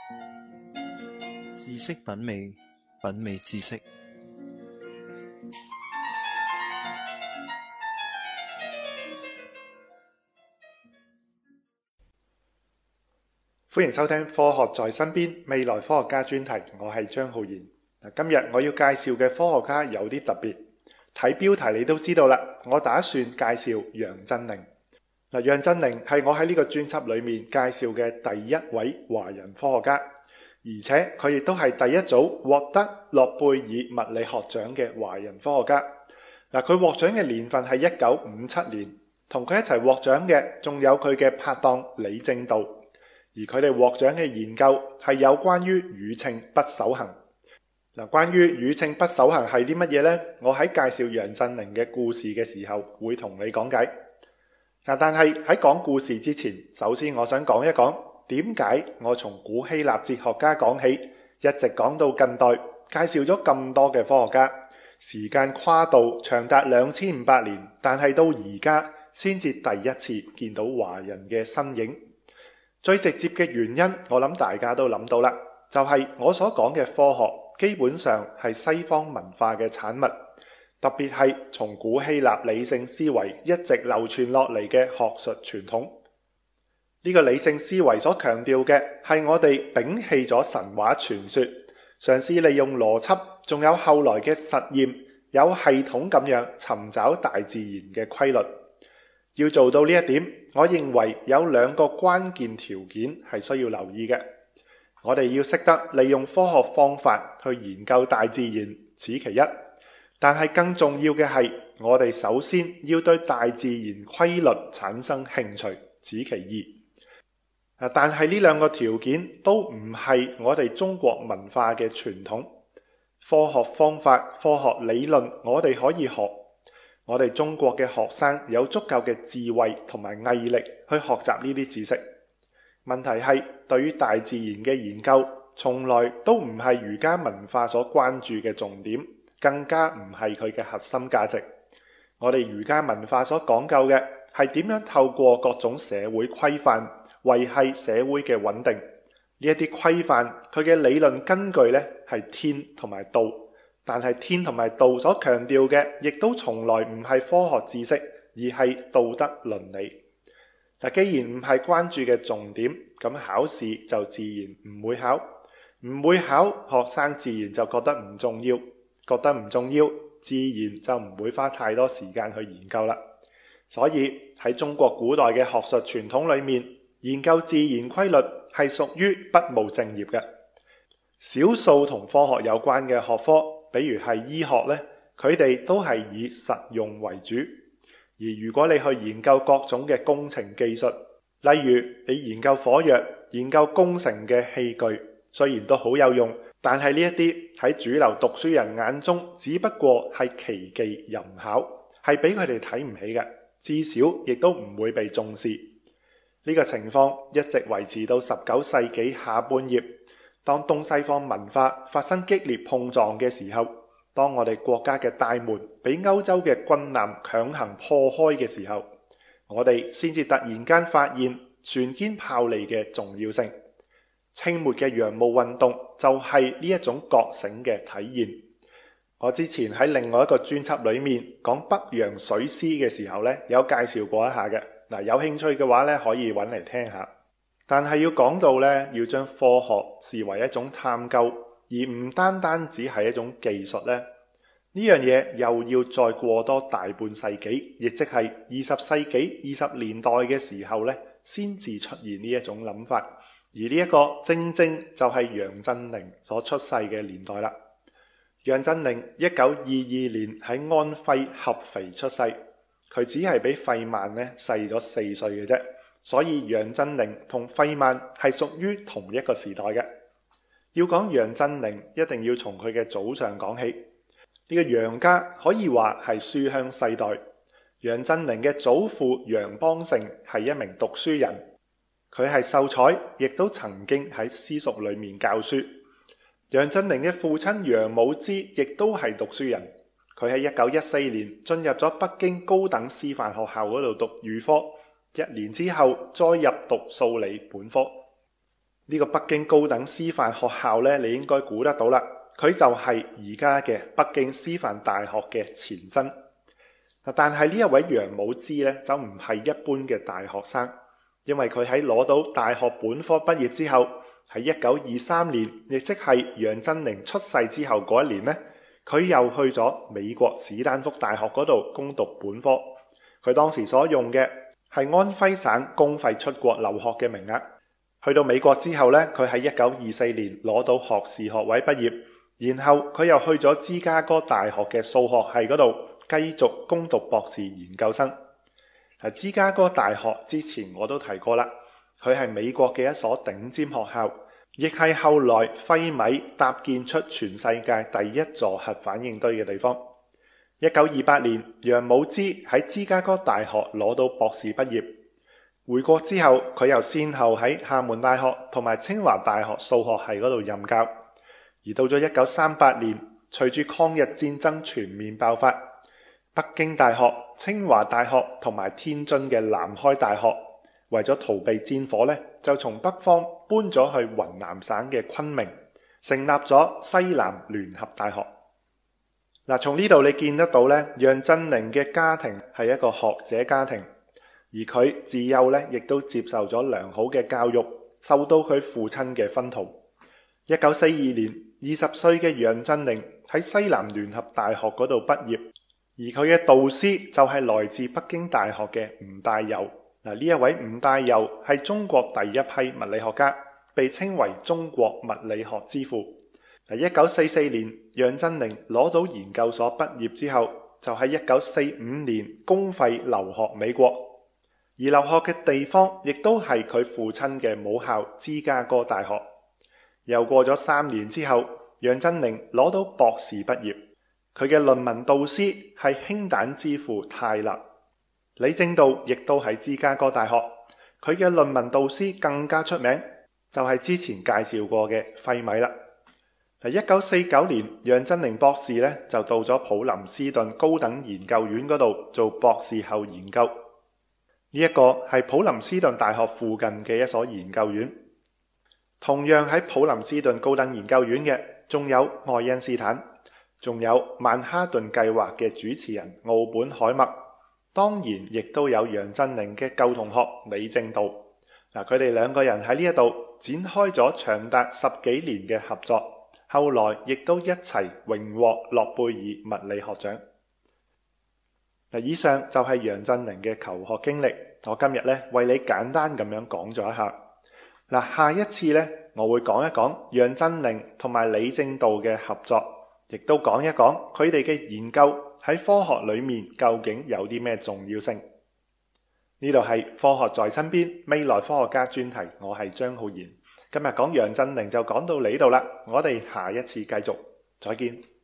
知識品味，品味知識。 歡迎收聽科學在身邊未來科學家專題，我係張浩然。今日我要介紹嘅科學家有啲特別，睇標題你都知道啦。我打算介紹楊振寧。楊振寧係我喺呢個專輯裏面介紹嘅第一位華人科學家，而且佢亦都係第一組獲得諾貝爾物理學獎嘅華人科學家。佢獲獎嘅年份係1957年，同佢一齊獲獎嘅仲有佢嘅拍檔李政道。而佢哋獲獎嘅研究係有關於宇稱不守恒。關於宇稱不守恒係啲乜嘢呢？我喺介紹楊振寧嘅故事嘅時候會同你講解。但係喺講故事之前，首先我想講一講點解我從古希臘哲學家講起，一直講到近代，介紹咗咁多嘅科學家，時間跨度長達2500年，但係到而家先至第一次見到華人嘅身影。最直接嘅原因，我諗大家都諗到啦，就係我所講嘅科學基本上係西方文化嘅產物，特別係從古希臘理性思維一直流傳落嚟嘅學術傳統。呢個理性思維所強調嘅係我哋摒棄咗神話傳說，嘗試利用邏輯，仲有後來嘅實驗，有系統咁樣尋找大自然嘅規律。要做到呢一點，我認為有兩個關鍵條件係需要留意嘅。我哋要識得利用科學方法去研究大自然，此其一。但係更重要嘅係，我哋首先要對大自然規律產生興趣，此其二。但係呢兩個條件都唔係我哋中國文化嘅傳統。科學方法、科學理論，我哋可以學。我哋中國嘅學生有足夠嘅智慧同埋毅力去學習呢啲知識。問題係，對於大自然嘅研究，從來都唔係儒家文化所關注嘅重點，更加唔係佢嘅核心價值。我哋儒家文化所講究嘅係點樣透過各種社會規範維繫社會嘅穩定。呢一啲規範，佢嘅理論根據呢係天同埋道。但係天同埋道所強調嘅，亦都從來唔係科學知識，而係道德倫理。既然唔係關注嘅重點，咁考試就自然唔會考，唔會考，學生自然就覺得唔重要，覺得唔重要，自然就唔會花太多時間去研究啦。所以喺中國古代嘅學術傳統裏面，研究自然規律係屬於不務正業嘅。少數同科學有關嘅學科，比如係醫學呢，佢哋都係以實用為主。而如果你去研究各種嘅工程技術，例如你研究火藥、研究工程嘅器具，雖然都好有用，但係呢一啲喺主流讀書人眼中，只不過係奇技淫巧，係俾佢哋睇唔起嘅，至少亦都唔會被重視。呢個情況一直維持到19世紀下半葉。當東西方文化發生激烈碰撞嘅時候，當我哋國家嘅大門俾歐洲嘅軍艦強行破開嘅時候，我哋先至突然間發現船堅炮利嘅重要性。清末嘅洋務運動就係呢一種覺醒嘅體現。我之前喺另外一個專輯裏面講北洋水師嘅時候呢，有介紹過一下嘅。有興趣嘅話呢，可以揾嚟聽下。但係要講到呢，要將科學視為一種探究，而唔單單只係一種技術呢，呢樣嘢又要再過多大半世紀，亦即係20世紀20年代嘅時候呢，先至出現呢一種諗法。而呢一個正正就係楊振寧所出世嘅年代啦。楊振寧1922年喺安徽合肥出世，佢只係比費曼呢細咗4歲嘅啫。所以楊振寧同費曼係屬於同一個時代嘅。要講楊振寧，一定要從佢嘅祖上講起。呢個楊家可以話係書香世代。楊振寧嘅祖父楊邦盛係一名讀書人，佢係秀才，亦都曾經喺私塾裏面教書。楊振寧嘅父親楊武之亦都係讀書人，佢喺1914年進入咗北京高等師範學校嗰度讀預科。1年之後再入讀數理本科。 呢個北京高等師範學校呢，你應該估得到啦，佢就係而家嘅北京師範大學嘅前身。但係呢一位楊武之呢，就唔係一般嘅大學生，因為佢喺攞到大學本科畢業之後，喺1923年，亦即係楊振寧出世之後嗰一年呢，佢又去咗美國史丹福大學嗰度攻讀本科。佢當時所用嘅係安徽省公費出國留學嘅名額。去到美國之後呢，佢喺1924年攞到學士學位畢業，然後佢又去咗芝加哥大學嘅數學系嗰度繼續攻讀博士研究生。芝加哥大學之前我都提過啦，佢係美國嘅一所頂尖學校，亦係後來費米搭建出全世界第一座核反應堆嘅地方。1928年，楊武之喺芝加哥大學攞到博士畢業。回國之後，佢又先後喺廈門大學同埋清華大學數學系嗰度任教。而到咗1938年，隨住抗日戰爭全面爆發，北京大學、清華大學同埋天津嘅南開大學為咗逃避戰火呢，就從北方搬咗去雲南省嘅昆明，成立咗西南聯合大學。嗱，從呢度你見得到呢，楊振寧嘅家庭係一個學者家庭。而佢自幼呢，亦都接受咗良好嘅教育，受到佢父親嘅熏陶。1942年，20歲嘅楊振寧喺西南聯合大學嗰度畢業，而佢嘅導師就係來自北京大學嘅吳大猷。嗱，呢一位吳大猷係中國第一批物理學家，被稱為中國物理學之父。1944年，楊振寧攞到研究所畢業之後，就喺1945年公費留學美國。而留學嘅地方亦都係佢父親嘅母校芝加哥大學。又過咗3年之後，楊振寧攞到博士畢業，佢嘅論文導師係氫彈之父泰勒。李政道亦都喺芝加哥大學，佢嘅論文導師更加出名，就係之前介紹過嘅費米啦。1949年，楊振寧博士呢就到咗普林斯頓高等研究院嗰度做博士後研究。呢一個係普林斯頓大學附近嘅一所研究院。同樣喺普林斯頓高等研究院嘅，仲有愛因斯坦，仲有曼哈頓計劃嘅主持人奧本海默，當然亦都有楊振寧嘅舊同學李政道。佢哋兩個人喺呢一度展開咗長達10幾年嘅合作，後來亦都一齊榮獲諾貝爾物理學獎。以上就係楊振寧嘅求學經歷，我今日呢為你簡單咁樣講咗一下。下一次呢，我會講一講楊振寧同埋李政道嘅合作，亦都講一講佢哋嘅研究喺科學裏面究竟有啲咩重要性。呢度係科學在身邊未來科學家專題，我係張浩然。今日講楊振寧就講到呢度啦，我哋下一次繼續，再見。